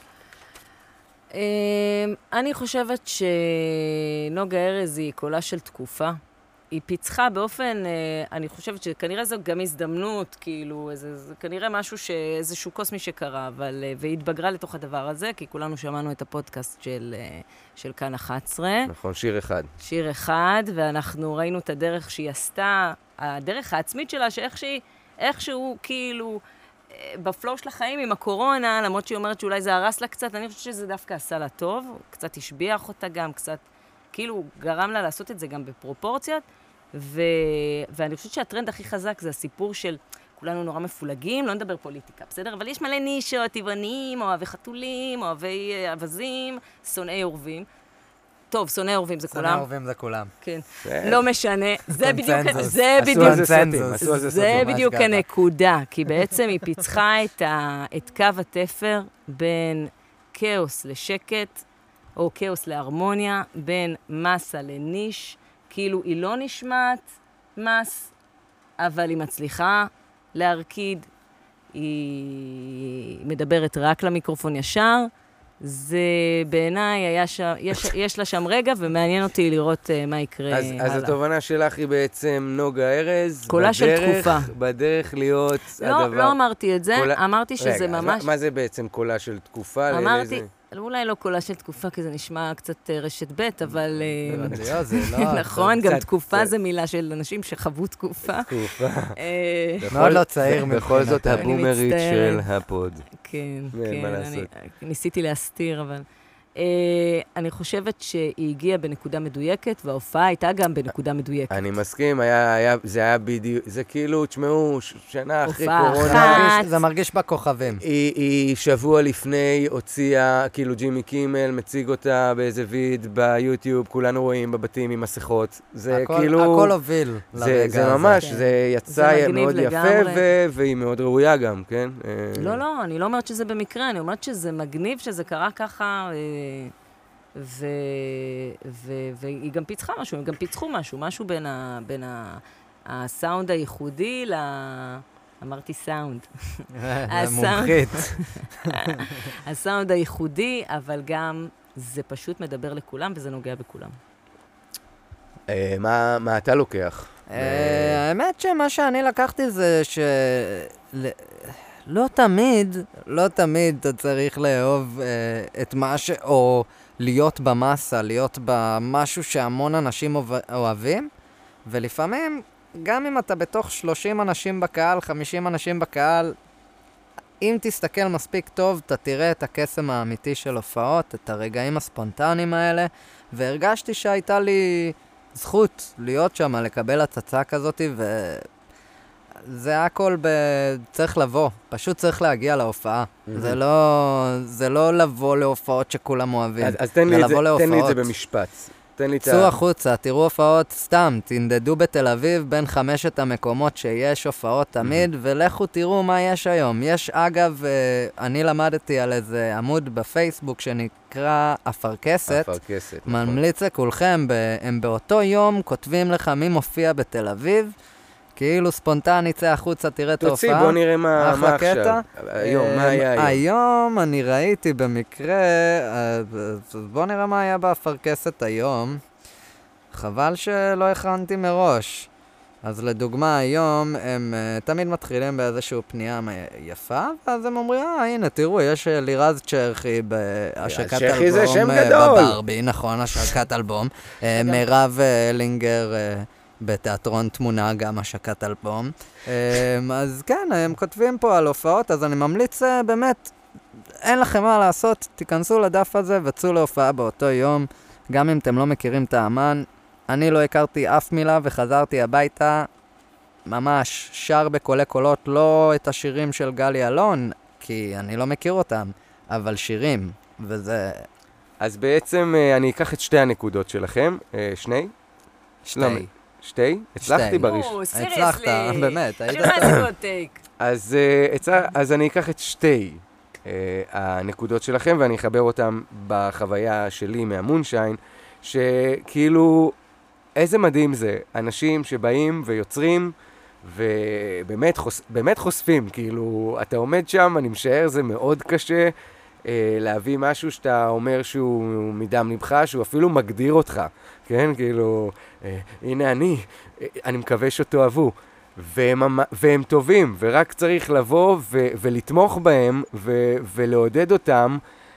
אני חושבת שנוגה ארז היא קולה של תקופה. היא פיצחה באופן, אני חושבת שכנראה זו גם הזדמנות, כאילו, זה כנראה משהו, איזשהו קוסמי שקרה, אבל, והיא התבגרה לתוך הדבר הזה, כי כולנו שמענו את הפודקאסט של, של כאן אחת עשרה. נכון, שיר אחד. שיר אחד, ואנחנו ראינו את הדרך שהיא עשתה, הדרך העצמית שלה, שאיכשהי, איכשהו, כאילו, בפלואו של החיים עם הקורונה, למרות שהיא אומרת שאולי זה הרס לה קצת, אני חושבת שזה דווקא עשה לה טוב, קצת השביח אותה גם, קצת, כאילו, גרם לה לעשות את זה גם בפרופורציות, ו... ואני חושבת שהטרנד הכי חזק זה הסיפור של כולנו נורא מפולגים, לא נדבר פוליטיקה, בסדר? אבל יש מלא נישות, טבעונים, אוהבי חתולים, אוהבי אבזים, שונאי אורבים. טוב, שונאי אורבים זה כולם. שונאי אורבים זה כולם. כן. לא משנה. זה בדיוק, זה בדיוק, זה בדיוק הנקודה, כי בעצם היא פיצחה את קו התפר בין כאוס לשקט, או כאוס להרמוניה, בין מסה לניש, כאילו היא לא נשמעת מס, אבל היא מצליחה להרקיד, היא מדברת רק למיקרופון ישר, זה בעיניי היה שם, יש, יש לה שם רגע, ומעניין אותי לראות uh, מה יקרה אז, הלאה. אז התובנה שלך היא בעצם נוגה ארז, קולה בדרך, של תקופה. בדרך להיות לא, הדבר... לא אמרתי את זה, קולה... אמרתי שזה רגע, ממש... מה זה בעצם קולה של תקופה? אמרתי, לאיזה... אולי לא קולה של תקופה, כי זה נשמע קצת רשת ב', אבל... זה לא... נכון, גם תקופה זה מילה של אנשים שחוו תקופה. תקופה. מאוד לא צעיר מבחינת. בכל זאת הבומרית של הפוד. כן, כן, ניסיתי להסתיר, אבל... אני חושבת שהיא הגיעה בנקודה מדויקת, וההופעה הייתה גם בנקודה מדויקת. אני מסכים, זה היה בדיוק, זה כאילו, תשמעו, שנה אחרי הופעה קורונה. אחת. זה מרגיש בכוכבים. היא שבוע לפני הוציאה, כאילו ג'ימי קימל מציג אותה באיזה ויד ביוטיוב, כולנו רואים בבתים עם מסכות. זה כאילו... הכל הוביל לרגע הזה. זה ממש, זה יצא מאוד יפה, והיא מאוד ראויה גם, כן? לא, לא, אני לא אומרת שזה במקרה, אני אומרת שזה מגניב שזה קרה ככה... ו... ו... והיא גם פיצחה משהו, הם גם פיצחו משהו, משהו בין, ה... בין ה... הסאונד הייחודי ל... אמרתי סאונד. מומחית. הסאונד הייחודי, אבל גם זה פשוט מדבר לכולם וזה נוגע בכולם. מה, מה אתה לוקח? האמת שמה שאני לקחתי זה ש... לא תמיד, לא תמיד אתה צריך לאהוב את מה ש... או להיות במסה, להיות במשהו שהמון אנשים אוהבים, ולפעמים, גם אם אתה בתוך שלושים אנשים בקהל, חמישים אנשים בקהל, אם תסתכל מספיק טוב, אתה תראה את הקסם האמיתי של הופעות, את הרגעים הספונטניים האלה, והרגשתי שהייתה לי זכות להיות שם, לקבל הצצה כזאת, ו... זה הכל ב... צריך לבוא, פשוט צריך להגיע להופעה. Mm-hmm. זה לא, זה לא לבוא להופעות שכולם אוהבים. אז, אז תן, לי זה, תן לי את זה במשפט. תן לי את צאו החוצה, תראו הופעות סתם, תנדדו בתל אביב בין חמשת המקומות שיש הופעות תמיד, ולכו תראו מה יש היום. יש אגב, אני למדתי על איזה עמוד בפייסבוק שנקרא אפרכסת. אפרכסת. ממליץ לכולכם, הם באותו יום כותבים לך מי מופיע בתל אביב, כאילו ספונטני, צא החוצה, תראה את ההופעה. תוציא, בוא נראה מה, מה עכשיו. היום, מה היה היום? היום אני ראיתי במקרה, אז בוא נראה מה היה באפרכסת היום. חבל שלא הכנתי מראש. אז לדוגמה, היום הם uh, תמיד מתחילים באיזושהי פנייה יפה, ואז הם אומרים, אה, הנה, תראו, יש לירז צ'רחי בהשקת אלבום. צ'רחי זה שם גדול. בברבי, נכון, השקת אלבום. מירב אלינגר בתיאטרון תמונה, גם השקת אלבום. אז כן, הם כותבים פה על הופעות, אז אני ממליץ באמת, אין לכם מה לעשות, תיכנסו לדף הזה וצאו להופעה באותו יום, גם אם אתם לא מכירים את האמן. אני לא הכרתי אף מילה וחזרתי הביתה, ממש שר בקולי קולות, לא את השירים של גלי אלון, כי אני לא מכיר אותם, אבל שירים, וזה... אז בעצם אני אקח את שתי הנקודות שלכם, שני? שתי. שתי? הצלחתי בראש. או, הצלחת, באמת. אז אני אקח את שתי הנקודות שלכם, ואני אחבר אותם בחוויה שלי מהמונשיין, שכאילו, איזה מדהים זה, אנשים שבאים ויוצרים, ובאמת חוש, באמת חושפים, כאילו, אתה עומד שם, אני משער, זה מאוד קשה אה, להביא משהו שאתה אומר שהוא מדם לבך, שהוא אפילו מגדיר אותך, כן? כאילו, אה, הנה אני, אה, אני מקווה שתאהבו, והם, והם טובים, ורק צריך לבוא ו, ולתמוך בהם, ו, ולעודד אותם,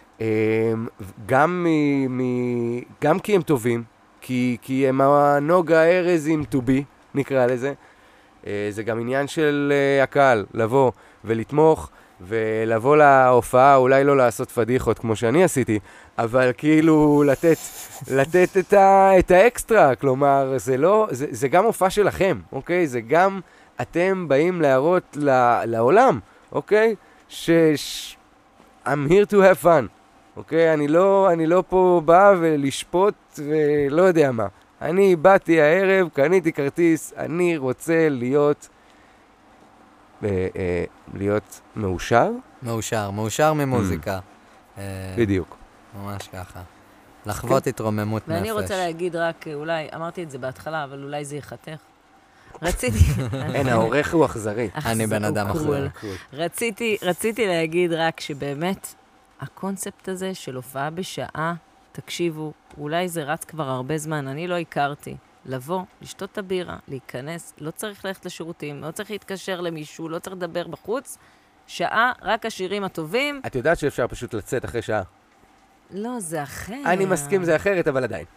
גם, מ, מ, גם כי הם טובים, כי, כי הם הנוגה הארז עם to be, נקרא לזה. זה גם עניין של הקהל, לבוא ולתמוך, ולבוא להופעה, אולי לא לעשות פדיחות כמו שאני עשיתי, אבל כאילו לתת, לתת את, ה, את האקסטרה, כלומר, זה, לא, זה, זה גם הופעה שלכם, אוקיי? זה גם אתם באים להראות לעולם, אוקיי? ש... I'm here to have fun. אוקיי, אני לא, אני לא פה בא ולשפוט ולא יודע מה. אני באתי הערב, קניתי כרטיס, אני רוצה להיות, אה, אה, להיות מאושר. מאושר, מאושר ממוזיקה. בדיוק. ממש ככה. לחוות התרוממות נפש. ואני רוצה להגיד רק, אולי, אמרתי את זה בהתחלה, אבל אולי זה יחתך. רציתי... אין, העורך הוא אכזרי. אני בן אדם אכזרי. רציתי, רציתי להגיד רק שבאמת, הקונספט הזה של הופעה בשעה, תקשיבו, אולי זה רץ כבר הרבה זמן, אני לא הכרתי. לבוא, לשתות את הבירה, להיכנס, לא צריך ללכת לשירותים, לא צריך להתקשר למישהו, לא צריך לדבר בחוץ. שעה, רק השירים הטובים. את יודעת שאפשר פשוט לצאת אחרי שעה? לא, זה אחר. אני מסכים, זה אחרת, אבל עדיין.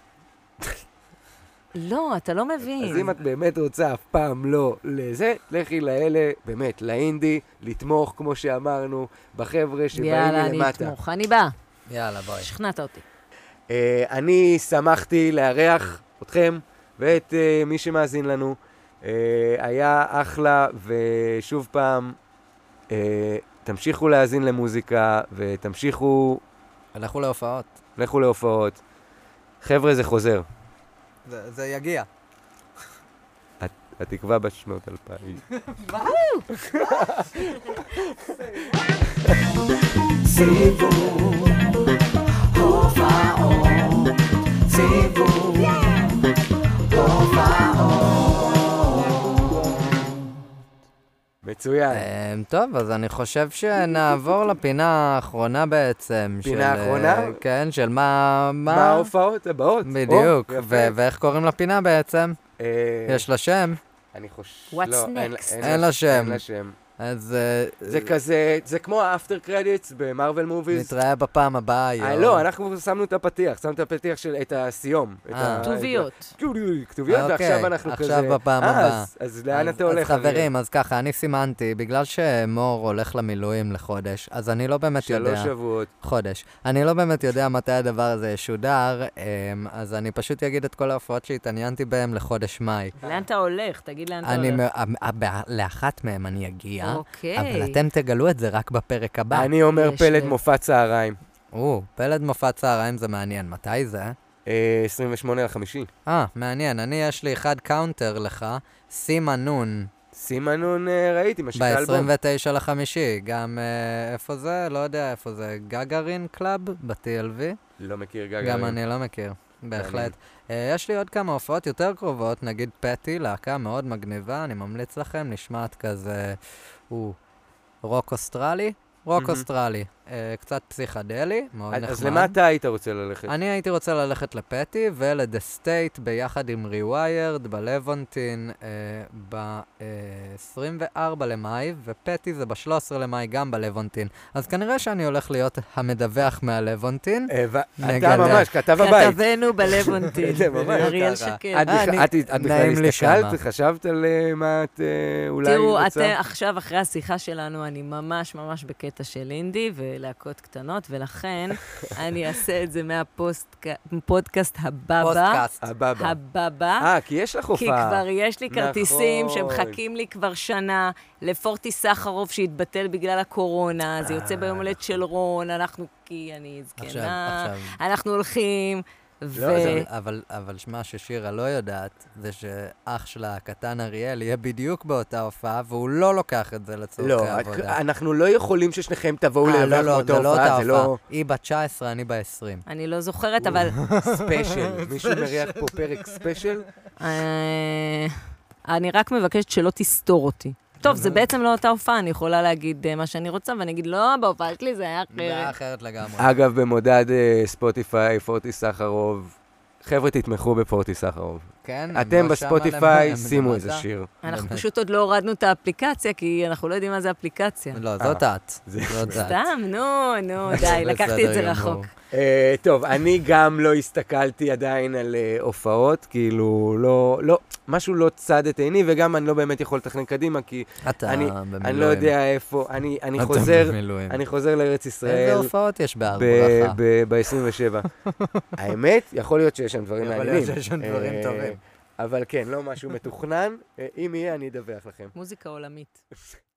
לא, אתה לא מבין. אז אם את באמת רוצה אף פעם לא לזה, לכי לאלה, באמת, לאינדי, לתמוך, כמו שאמרנו, בחבר'ה שבאים מלמטה. יאללה, אני אתמוך, אני באה. יאללה, בואי. שכנעת אותי. Uh, אני שמחתי לארח אתכם ואת uh, מי שמאזין לנו. Uh, היה אחלה, ושוב פעם, uh, תמשיכו להאזין למוזיקה, ותמשיכו... לכו להופעות. לכו להופעות. חבר'ה, זה חוזר. זה, זה יגיע. התקווה בשנות אלפיים. סיבוב, הופעות, סיבוב, הופעות. מצוין. טוב, אז אני חושב שנעבור לפינה האחרונה בעצם. פינה האחרונה? כן, של מה... מה ההופעות הבאות. בדיוק, ואיך קוראים לפינה בעצם? יש לה שם? אני חושב... What's next? אין לה שם. אין לה שם. אז... זה כזה, זה כמו האפטר קרדיטס במרוול מוביז. נתראה בפעם הבאה, יו. לא, אנחנו שמנו את הפתיח, שמנו את הפתיח של, את הסיום. כתוביות. כתוביות, ועכשיו אנחנו כזה... עכשיו בפעם הבאה. אז לאן אתה הולך? אז חברים, אז ככה, אני סימנתי, בגלל שמור הולך למילואים לחודש, אז אני לא באמת יודע... שלוש שבועות. חודש. אני לא באמת יודע מתי הדבר הזה ישודר, אז אני פשוט אגיד את כל ההופעות שהתעניינתי בהם לחודש מאי. לאן אתה הולך? תגיד לאן אתה הולך. לאחת מהם אני אגיע. אוקיי. אבל אתם תגלו את זה רק בפרק הבא. אני אומר פלד מופע צהריים. או, פלד מופע צהריים זה מעניין. מתי זה? אה, עשרים ושמונה לחמישי. אה, מעניין. אני, יש לי אחד קאונטר לך, סימה נון, סימנון אה, ראיתי, משיקה אלבום. ב-עשרים ותשע לחמישי. גם, אה, איפה זה? לא יודע איפה זה. גגרין קלאב, ב-טי אל וי. לא מכיר גגרים. גם אני לא מכיר, בהחלט. אה, יש לי עוד כמה הופעות יותר קרובות, נגיד פטי, להקה מאוד מגניבה, אני ממליץ לכם, נשמעת כזה, הוא רוק אוסטרלי, רוק מהמם. אוסטרלי, אה, קצת פסיכדלי, מאוד אז- נחמד. אז למה אתה היית רוצה ללכת? אני הייתי רוצה ללכת לפטי ול-The State ביחד עם Rewired בלוונטין אה, ב-עשרים וארבעה למאי, ופטי זה ב-שלושה עשר למאי גם בלוונטין. אז כנראה שאני הולך להיות המדווח מהלוונטין. אה, ו- נגלה. אתה ממש, כתב הבית. כתבנו בלוונטין, זה ממש אריאל ככה. שקד. את אה, בכ- אני- את את בכלל נעים לי הסתכלת? שמה. חשבת על אה, מה את אה, אולי תראו, רוצה? אתם עכשיו, אחרי השיחה שלנו, אני ממש ממש בקטע של אינדי ולהקות קטנות, ולכן אני אעשה את זה מהפודקאסט הבבא. פוסטקאסט. הבבא. הבבא. אה, כי יש לך כי הופעה. כבר יש לי כרטיסים נכון. שמחכים לי כבר שנה לפורטי סחרוף שהתבטל בגלל הקורונה, זה יוצא ביום הולדת של רון, אנחנו, כי אני עכשיו, זקנה, עכשיו. אנחנו הולכים, ו... אבל, אבל, אבל מה ששירה לא יודעת, זה שאח שלה הקטן אריאל יהיה בדיוק באותה הופעה, והוא לא לוקח את זה לצורכי לא, העבודה. אנחנו לא יכולים ששניכם תבואו אה, לדווח לא, לא, באותה זה לא הופעה, אותה זה הופעה. לא היא בת תשע עשרה, אני ב-עשרים. אני לא זוכרת, אבל ספיישל. מישהו מריח פה פרק ספיישל? אה, אני רק מבקשת שלא תסתור אותי. טוב, זה בעצם לא אותה הופעה, אני יכולה להגיד אה, מה שאני רוצה, ואני אגיד, לא, בהופעה שלי זה היה זה היה אחרת. אחרת לגמרי. אגב, במודד אה, ספוטיפיי, פורטי סחרוב, חבר'ה תתמכו בפורטי סחרוב. כן, אתם הם לא שם בספוטיפיי, עליהם, שימו הם איזה למטה. שיר. אנחנו באמת. פשוט עוד לא הורדנו את האפליקציה, כי אנחנו לא יודעים מה זה אפליקציה. לא, זאת את. זה- זאת את. סתם, נו, נו, די, לקחתי את זה בסדר רחוק. גמור. אה, טוב, אני גם לא הסתכלתי עדיין על אה, הופעות, כאילו, לא, לא, משהו לא צד את עיני, וגם אני לא באמת יכול לתכנן קדימה, כי אתה אני- במילואים. אני לא יודע איפה, אני אני אתה חוזר, במילואים. אני חוזר לארץ איזה ישראל הופעות יש בהר ברכה? ב-עשרים ושבע. האמת, יכול להיות שיש שם דברים יכול מעניינים. להיות שיש שם דברים אה, טובים. אבל כן, לא משהו מתוכנן. אה, אם יהיה, אני אדווח לכם. מוזיקה עולמית.